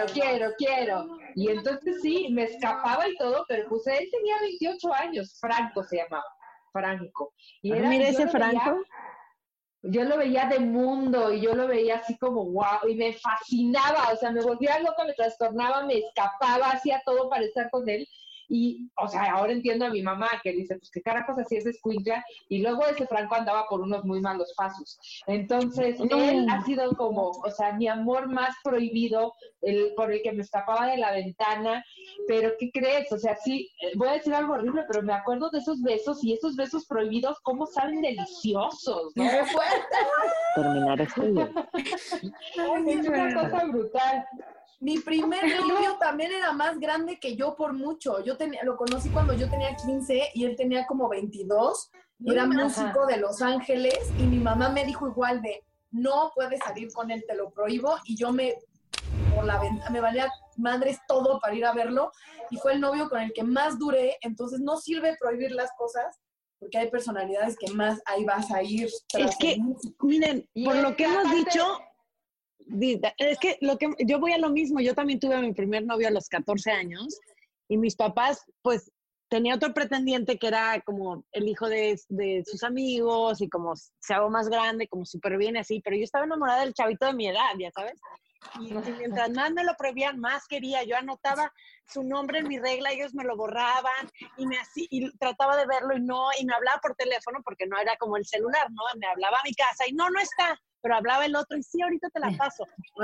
Y entonces sí, me escapaba y todo, pero pues él tenía 28 años, Franco se llamaba, Franco. Y mira ese Franco. Yo lo veía de mundo y yo lo veía así como wow, y me fascinaba, o sea, me volvía loca, me trastornaba, me escapaba, hacía todo para estar con él. Y, o sea, ahora entiendo a mi mamá que dice, pues qué carajos así es escuincla, y luego ese Franco andaba por unos muy malos pasos. Entonces, él ha sido como, o sea, mi amor más prohibido, por el que me escapaba de la ventana. Pero, ¿qué crees? O sea, sí, voy a decir algo horrible, pero me acuerdo de esos besos, y esos besos prohibidos, cómo saben deliciosos, ¿no? ¡Qué fuerte! Terminar esto bien. Es una cosa brutal. Mi primer novio también era más grande que yo por mucho. Lo conocí cuando yo tenía 15 y él tenía como 22. Y era músico de Los Ángeles. Y mi mamá me dijo igual de, no puedes salir con él, te lo prohíbo. Y yo me valía madres todo para ir a verlo. Y fue el novio con el que más duré. Entonces no sirve prohibir las cosas, porque hay personalidades que más ahí vas a ir. Es que, miren, por lo que hemos dicho... Es que yo voy a lo mismo. Yo también tuve a mi primer novio a los 14 años y mis papás, pues, tenía otro pretendiente que era como el hijo de sus amigos y como se hago más grande, como súper bien así, pero yo estaba enamorada del chavito de mi edad, ya sabes. Y mientras más me lo prohibían, más quería. Yo anotaba su nombre en mi regla, ellos me lo borraban y trataba de verlo y me hablaba por teléfono porque no era como el celular, ¿no? Me hablaba a mi casa y no está. Pero hablaba el otro y sí, ahorita te la paso.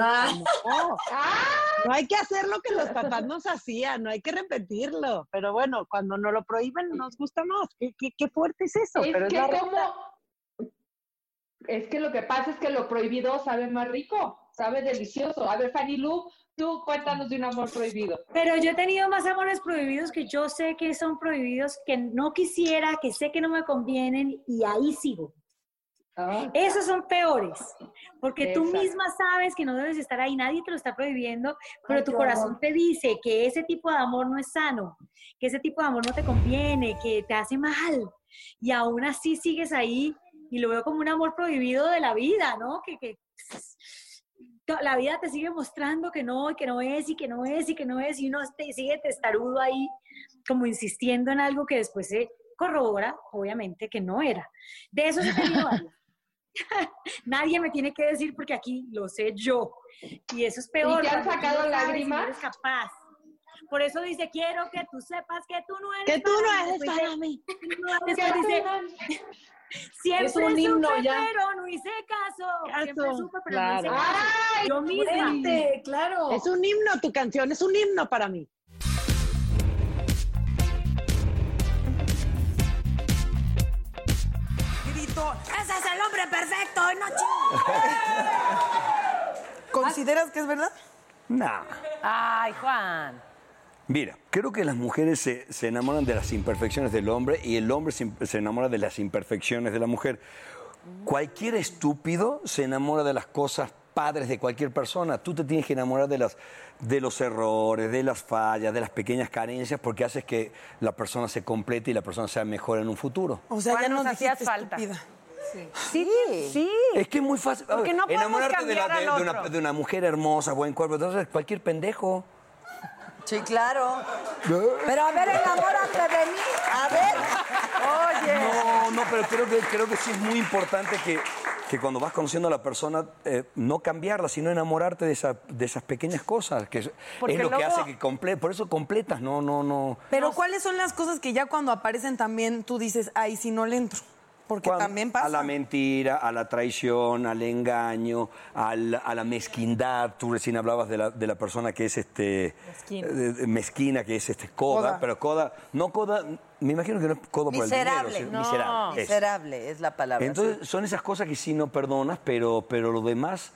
No hay que hacer lo que los papás nos hacían, no hay que repetirlo. Pero bueno, cuando nos lo prohíben nos gusta más. ¿Qué fuerte es eso? Es pero que es que lo que pasa es que lo prohibido sabe más rico, sabe delicioso. A ver, Fanny Lu, tú cuéntanos de un amor prohibido. Pero yo he tenido más amores prohibidos que yo sé que son prohibidos, que no quisiera, que sé que no me convienen y ahí sigo. Esos son peores, porque tú misma sabes que no debes estar ahí, nadie te lo está prohibiendo, pero tu corazón te dice que ese tipo de amor no es sano, que ese tipo de amor no te conviene, que te hace mal, y aún así sigues ahí, y lo veo como un amor prohibido de la vida, ¿no? Que la vida te sigue mostrando que no es, y uno te sigue testarudo ahí, como insistiendo en algo que después se corrobora, obviamente, que no era. De eso se tenido varios. Nadie me tiene que decir porque aquí lo sé yo. Y eso es peor. ¿Y te han sacado lágrimas? No eres capaz. Por eso dice, quiero que tú sepas que tú no eres que tú no eres para mí. Después dice, siempre es un himno supe, ya. pero no hice caso. Siempre supe, pero no hice caso. ¡Ay! Yo misma. Claro. Es un himno tu canción, es un himno para mí. ¡Ese es el hombre perfecto! ¡No chingues! ¿Consideras que es verdad? Nah. Ay, Juan. Mira, creo que las mujeres se enamoran de las imperfecciones del hombre y el hombre se enamora de las imperfecciones de la mujer. Cualquier estúpido se enamora de las cosas padres de cualquier persona. Tú te tienes que enamorar de los errores, de las fallas, de las pequeñas carencias, porque haces que la persona se complete y la persona sea mejor en un futuro. O sea, ya nos hacías dijiste falta. estúpida. Sí. Es que es muy fácil. Porque no podemos enamorarte cambiar al otro. de una mujer hermosa, buen cuerpo, entonces cualquier pendejo. Sí, claro. Pero a ver, enamórate de mí. A ver. Oye. No, pero creo que sí es muy importante que cuando vas conociendo a la persona, no cambiarla, sino enamorarte de esas pequeñas cosas, que es lo que hace que por eso completas, no. Pero ¿cuáles son las cosas que ya cuando aparecen también tú dices, ay, si no le entro? Porque también pasa. A la mentira, a la traición, al engaño, a la mezquindad. Tú recién hablabas de la persona que es mezquina, que es coda, pero coda, me imagino que no es coda por el dinero. Miserable es la palabra. Entonces son esas cosas que sí no perdonas, pero lo demás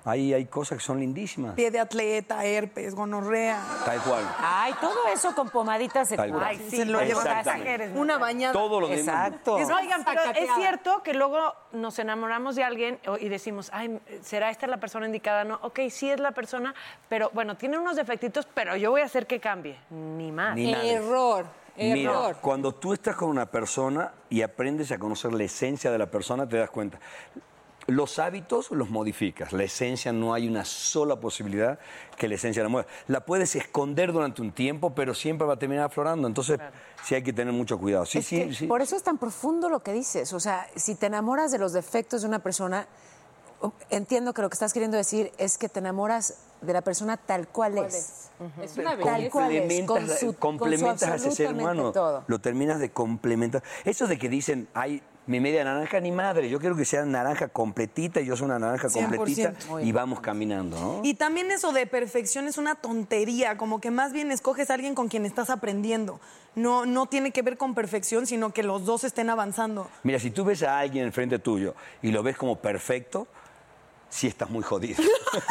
Hay cosas que son lindísimas. Pie de atleta, herpes, gonorrea. Tal cual. Ay, todo eso con pomaditas de Tal cual. Ay, Se lo lleva una bañada. Todo lo demás. Exacto. Oigan, pero es cierto que luego nos enamoramos de alguien y decimos, ay, ¿será esta la persona indicada? No, ok, sí es la persona, pero bueno, tiene unos defectitos, pero yo voy a hacer que cambie. Ni más. Ni nada. Error. Mira, cuando tú estás con una persona y aprendes a conocer la esencia de la persona, te das cuenta. Los hábitos los modificas. La esencia, no hay una sola posibilidad que la esencia la mueva. La puedes esconder durante un tiempo, pero siempre va a terminar aflorando. Entonces, sí hay que tener mucho cuidado. Sí, sí. Por eso es tan profundo lo que dices. O sea, si te enamoras de los defectos de una persona, entiendo que lo que estás queriendo decir es que te enamoras de la persona tal cual es. Es una Tal cual es, complementas a ese ser humano. Todo. Lo terminas de complementar. Eso de que dicen, ay, mi media naranja, ni madre. Yo quiero que sea naranja completita y yo soy una naranja 100%. completita y vamos caminando, ¿no? Y también eso de perfección es una tontería, como que más bien escoges a alguien con quien estás aprendiendo. No tiene que ver con perfección, sino que los dos estén avanzando. Mira, si tú ves a alguien enfrente tuyo y lo ves como perfecto, sí estás muy jodido.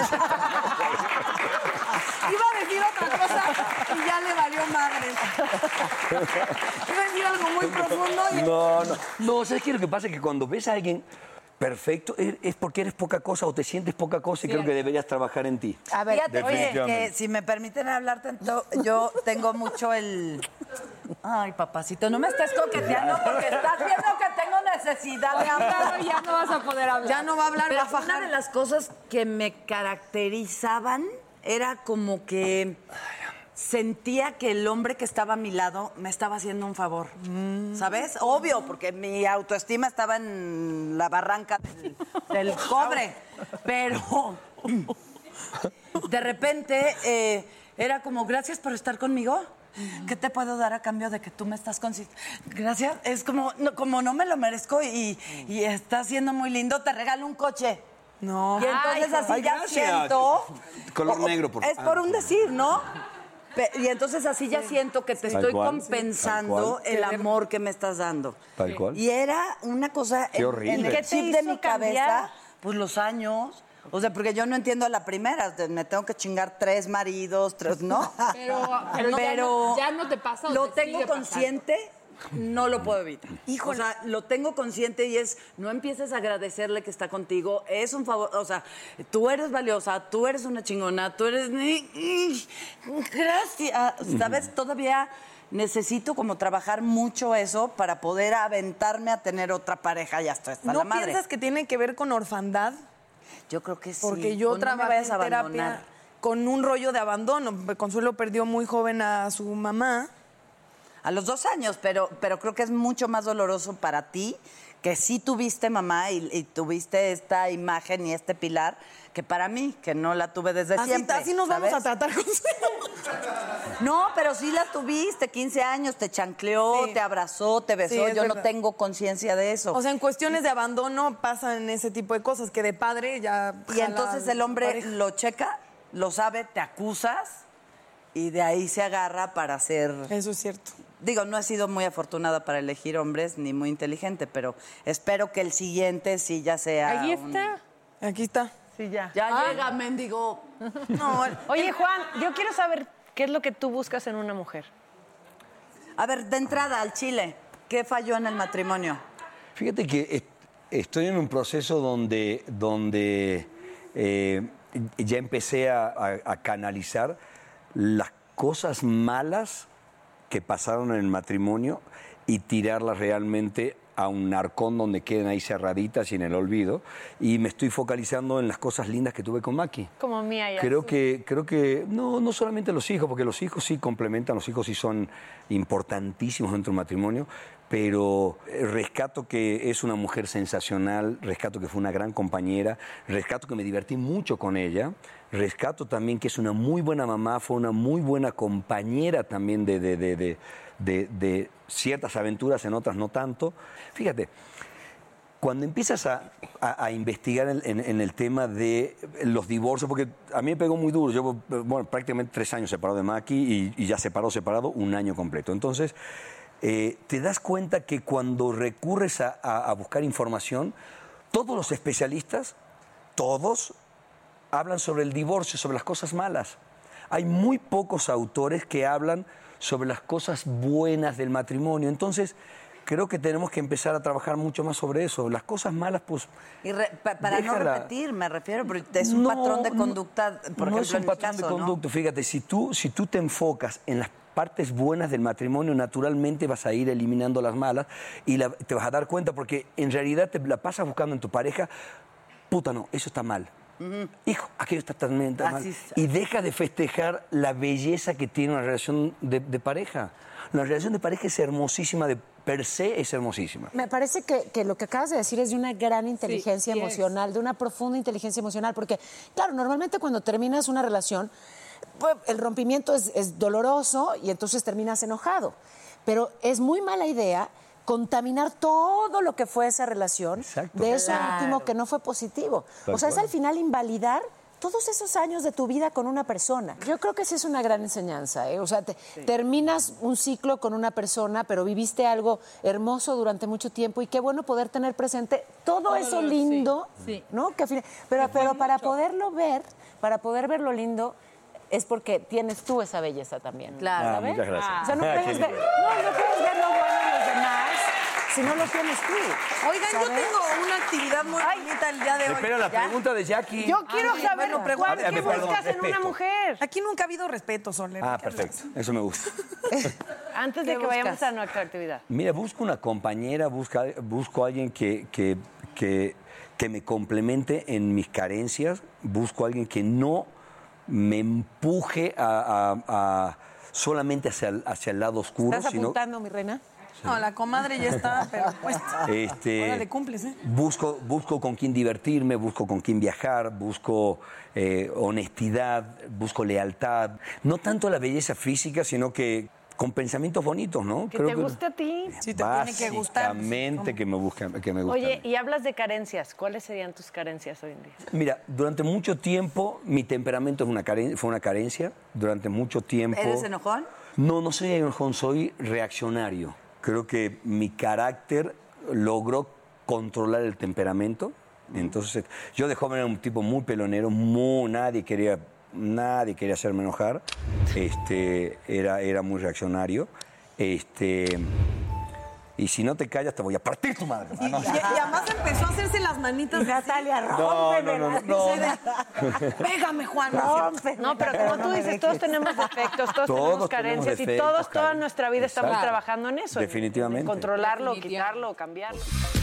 Iba a decir otra cosa y ya le valió madre. Iba a decir algo muy profundo. No, ¿sabes qué? Lo que pasa es que cuando ves a alguien perfecto es porque eres poca cosa o te sientes poca cosa y creo que deberías trabacar en ti. A ver, fíjate, oye, que si me permiten hablar tanto, yo tengo mucho el... Ay, papacito, no me estés coqueteando porque estás viendo que tengo necesidad de hablar. Ya no vas a poder hablar. Ya no va a hablar, Pero va a fajar. una de las cosas que me caracterizaban era como que sentía que el hombre que estaba a mi lado me estaba haciendo un favor, ¿sabes? Obvio, porque mi autoestima estaba en la barranca del cobre, pero de repente era como, gracias por estar conmigo. ¿Qué te puedo dar a cambio de que tú me estás consintiendo? Gracias. Es como no me lo merezco y está siendo muy lindo, te regalo un coche. No. Y entonces así ya siento... Color negro, por favor. Es por un decir, ¿no? Y entonces así ya siento que te estoy compensando el amor que me estás dando. Tal cual. Y era una cosa Qué horrible. en el chip de mi cabeza, cambiar? pues los años. O sea, porque yo no entiendo a la primera. Me tengo que chingar 3 maridos, 3, ¿no? Pero ya no te pasa. Lo te tengo sigue consciente, no lo puedo evitar. Híjole. O sea, lo tengo consciente y es, no empieces a agradecerle que está contigo. Es un favor, o sea, tú eres valiosa, tú eres una chingona, tú eres... Gracias. ¿Sabes? Todavía necesito como trabajar mucho eso para poder aventarme a tener otra pareja. Ya estoy hasta la ¿No madre. piensas que tiene que ver con orfandad? Yo creo que sí. Porque yo Pues no me trabajé vayas a en terapia abandonar. con un rollo de abandono. Consuelo perdió muy joven a su mamá. A los 2 años, pero creo que es mucho más doloroso para ti que sí tuviste mamá y tuviste esta imagen y este pilar que para mí, que no la tuve desde siempre. Así nos ¿sabes? vamos a tratar, Consuelo. No, pero sí la tuviste, 15 años, te chancleó, Sí. te abrazó, te besó. Sí, es Yo no verdad. tengo conciencia de eso. O sea, en cuestiones de abandono pasan ese tipo de cosas, que de padre ya... Y jala entonces a el la hombre pareja. lo checa, lo sabe, te acusas y de ahí se agarra para hacer... Eso es cierto. Digo, no he sido muy afortunada para elegir hombres ni muy inteligente, pero espero que el siguiente sí ya sea. Ahí está. Aquí está. Sí, ya. Ya llega, mendigo. No, Oye, Juan, yo quiero saber qué es lo que tú buscas en una mujer. A ver, de entrada al Chile, ¿qué falló en el matrimonio? Fíjate que estoy en un proceso donde ya empecé a canalizar las cosas malas que pasaron en el matrimonio y tirarlas realmente a un arcón donde queden ahí cerraditas y en el olvido. Y me estoy focalizando en las cosas lindas que tuve con Maki. Como Mía y Creo que no solamente los hijos, porque los hijos sí complementan, los hijos sí son importantísimos dentro del matrimonio, pero rescato que es una mujer sensacional, rescato que fue una gran compañera, rescato que me divertí mucho con ella, rescato también que es una muy buena mamá, fue una muy buena compañera también de ciertas aventuras, en otras no tanto. Fíjate, cuando empiezas a investigar en el tema de los divorcios, porque a mí me pegó muy duro, yo prácticamente 3 años separado de Maki y ya separado 1 año completo. Entonces, te das cuenta que cuando recurres a buscar información, todos los especialistas, todos hablan sobre el divorcio, sobre las cosas malas. Hay muy pocos autores que hablan sobre las cosas buenas del matrimonio. Entonces, creo que tenemos que empezar a trabajar mucho más sobre eso. Las cosas malas, pues... Y para no repetir, me refiero, porque es un patrón de conducta, por ejemplo, no es un patrón de conducta. Fíjate, si tú te enfocas en las partes buenas del matrimonio, naturalmente vas a ir eliminando las malas y te vas a dar cuenta, porque en realidad te la pasas buscando en tu pareja, puta, no, eso está mal. Hijo, aquello está también mal. Y deja de festejar la belleza que tiene una relación de pareja. La relación de pareja es hermosísima, de per se es hermosísima. Me parece que lo que acabas de decir es de una gran inteligencia emocional, de una profunda inteligencia emocional, porque, claro, normalmente cuando terminas una relación, pues, el rompimiento es doloroso y entonces terminas enojado. Pero es muy mala idea contaminar todo lo que fue esa relación de eso último que no fue positivo. O sea, es al final invalidar todos esos años de tu vida con una persona. Yo creo que sí es una gran enseñanza, ¿eh? O sea, terminas un ciclo con una persona, pero viviste algo hermoso durante mucho tiempo y qué bueno poder tener presente todo eso lindo, ¿no? Pero para poderlo ver, para poder ver lo lindo, es porque tienes tú esa belleza también. Claro. ¿sabes? Muchas gracias. O sea, no puedes ver lo bueno en los demás si no lo tienes tú. Oigan, yo tengo una actividad muy bonita el día de hoy. Espera la pregunta de Jackie. Yo quiero saber qué buscas en una respeto. mujer. Aquí nunca ha habido respeto, Soler. Perfecto. Eso me gusta. Antes de que vayamos a nuestra actividad. Mira, busco una compañera, busco a alguien que me complemente en mis carencias, busco a alguien que no me empuje solamente hacia el lado oscuro. ¿Estás apuntando, mi reina? No, la comadre ya está, pero puesta. Ahora le cumples, ¿eh? Busco con quién divertirme, busco con quién viajar, busco honestidad, busco lealtad. No tanto la belleza física, sino que con pensamientos bonitos, ¿no? Que te guste a ti. Sí, te tiene que gustar. Básicamente que me guste. Oye, y hablas de carencias. ¿Cuáles serían tus carencias hoy en día? Mira, durante mucho tiempo mi temperamento fue una carencia. Durante mucho tiempo... ¿Eres enojón? No soy enojón, soy reaccionario. Creo que mi carácter logró controlar el temperamento. Entonces, yo de joven era un tipo muy pelonero, nadie quería hacerme enojar. Era muy reaccionario. Y si no te callas, te voy a partir tu madre. Y además empezó a hacerse las manitas. Natalia, rómpeme. No. Pégame, Juan. No, pero como tú dices, todos tenemos defectos, todos tenemos carencias y todos, toda nuestra vida estamos trabajando en eso. Definitivamente. En controlarlo, quitarlo, cambiarlo.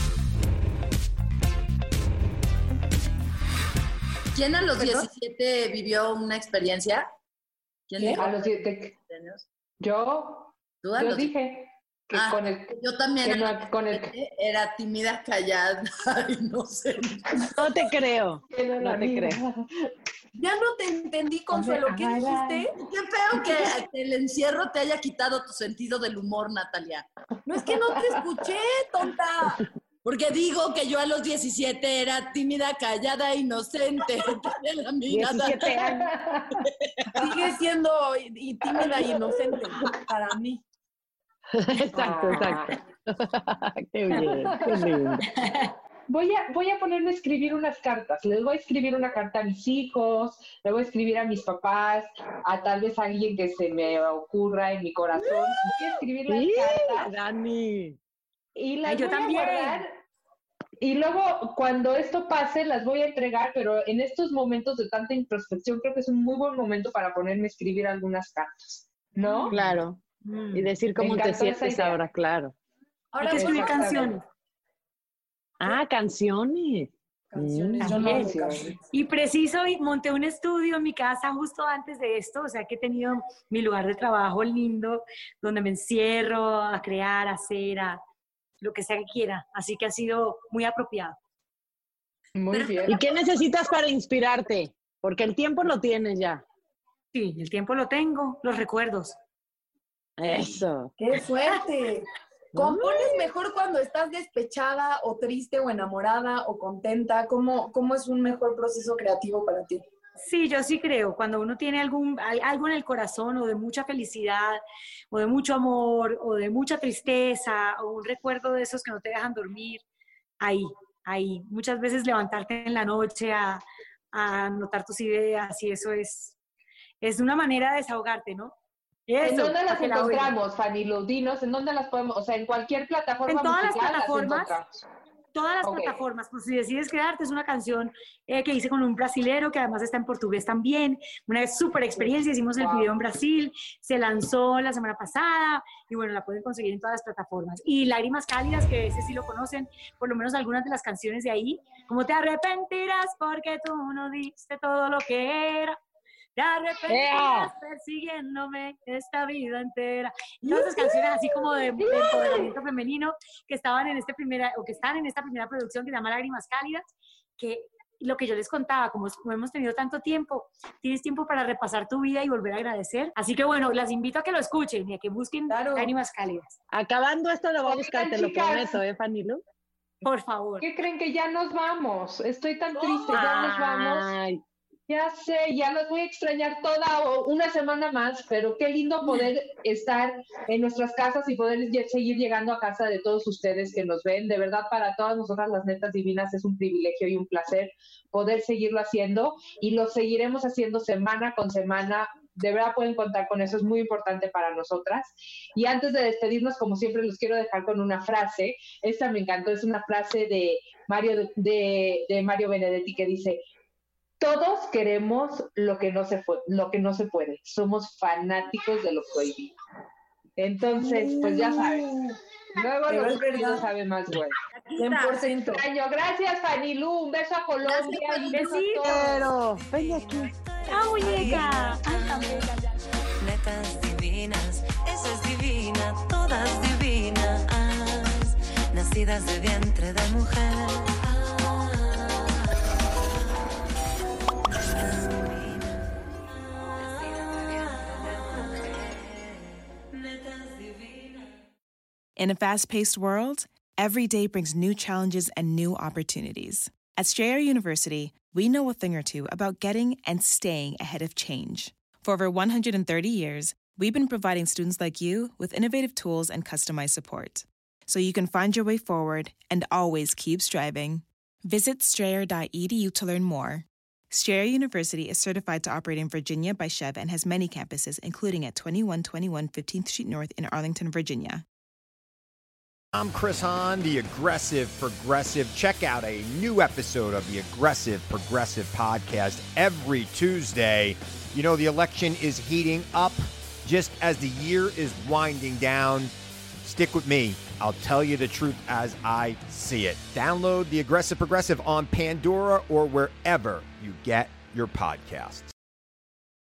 ¿Quién a los 17 vivió una experiencia? ¿Quién? A los 17 años. Yo dije que con el... Yo también era tímida, callada, inocente. No te creo. No te creo. Ya no te entendí, Consuelo. ¿Qué dijiste? Qué feo que el encierro te haya quitado tu sentido del humor, Natalia. No, es que no te escuché, tonta. Porque digo que yo a los 17 era tímida, callada, inocente. La mirada. 17 años. Sigue siendo tímida e inocente para mí. Exacto. Qué bien, qué lindo. Voy a ponerme a escribir unas cartas. Les voy a escribir una carta a mis hijos, le voy a escribir a mis papás, a tal vez a alguien que se me ocurra en mi corazón. Voy a escribir las cartas. Dani. Y las yo voy también. a guardar. Y luego, cuando esto pase, las voy a entregar, pero en estos momentos de tanta introspección, creo que es un muy buen momento para ponerme a escribir algunas cartas, ¿no? Claro. Y decir cómo te sientes ahora, claro. Ahora es una canción. Canciones. Y preciso, monté un estudio en mi casa justo antes de esto, o sea que he tenido mi lugar de trabajo lindo, donde me encierro a crear, a hacer, a lo que sea que quiera. Así que ha sido muy apropiado. Muy bien. ¿Y qué necesitas para inspirarte? Porque el tiempo lo tienes ya. Sí, el tiempo lo tengo, los recuerdos. Eso. ¡Qué fuerte! ¿Compones mejor cuando estás despechada o triste o enamorada o contenta? ¿Cómo es un mejor proceso creativo para ti? Sí, yo sí creo. Cuando uno tiene algo en el corazón o de mucha felicidad o de mucho amor o de mucha tristeza o un recuerdo de esos que no te dejan dormir, ahí. Muchas veces levantarte en la noche a a anotar tus ideas y eso es una manera de desahogarte, ¿no? Eso, ¿En dónde las para que la encontramos, Fanny Lu? Dinos, ¿en dónde las podemos? O sea, en cualquier plataforma En todas musical las plataformas. encontramos. Todas las Ok. plataformas, pues si decides quedarte, es una canción que hice con un brasilero que además está en portugués también, una súper experiencia, hicimos el video en Brasil, se lanzó la semana pasada y bueno, la pueden conseguir en todas las plataformas. Y Lágrimas Cálidas, que ese sí lo conocen, por lo menos algunas de las canciones de ahí, como te arrepentirás porque tú no diste todo lo que era. Te arrepentirás persiguiéndome esta vida entera. Y todas esas canciones así como de empoderamiento femenino que estaban en que están en esta primera producción que se llama Lágrimas Cálidas, que lo que yo les contaba, como hemos tenido tanto tiempo, tienes tiempo para repasar tu vida y volver a agradecer. Así que bueno, las invito a que lo escuchen y a que busquen Lágrimas Cálidas. Acabando esto lo voy a buscar, te lo chicas. prometo, Fanny Lu. Por favor. ¿Qué creen que ya nos vamos? Estoy tan triste, ya nos vamos. Ay. Ya sé, ya los voy a extrañar una semana más, pero qué lindo poder estar en nuestras casas y poder seguir llegando a casa de todos ustedes que nos ven. De verdad, para todas nosotras las netas divinas es un privilegio y un placer poder seguirlo haciendo y lo seguiremos haciendo semana con semana. De verdad pueden contar con eso, es muy importante para nosotras. Y antes de despedirnos, como siempre, los quiero dejar con una frase. Esta me encantó, es una frase de Mario Benedetti que dice: todos queremos lo que no se puede. Somos fanáticos de lo prohibido. Entonces, pues ya saben. Luego Pero los es verdad. prohibidos saben más bueno. 100%. Gracias, Fanny Lu. Un beso a Colombia. Y un beso a todos. Pero, ven aquí. ¡Ah, muñeca! Netas divinas, esa es divina, todas divinas, nacidas de vientre de mujer. In a fast-paced world, every day brings new challenges and new opportunities. At Strayer University, we know a thing or two about getting and staying ahead of change. For over 130 years, we've been providing students like you with innovative tools and customized support, so you can find your way forward and always keep striving. Visit strayer.edu to learn more. Strayer University is certified to operate in Virginia by Chev and has many campuses, including at 2121 15th Street North in Arlington, Virginia. I'm Chris Hahn, the Aggressive Progressive. Check out a new episode of the Aggressive Progressive podcast every Tuesday. You know, the election is heating up just as the year is winding down. Stick with me. I'll tell you the truth as I see it. Download the Aggressive Progressive on Pandora or wherever you get your podcasts.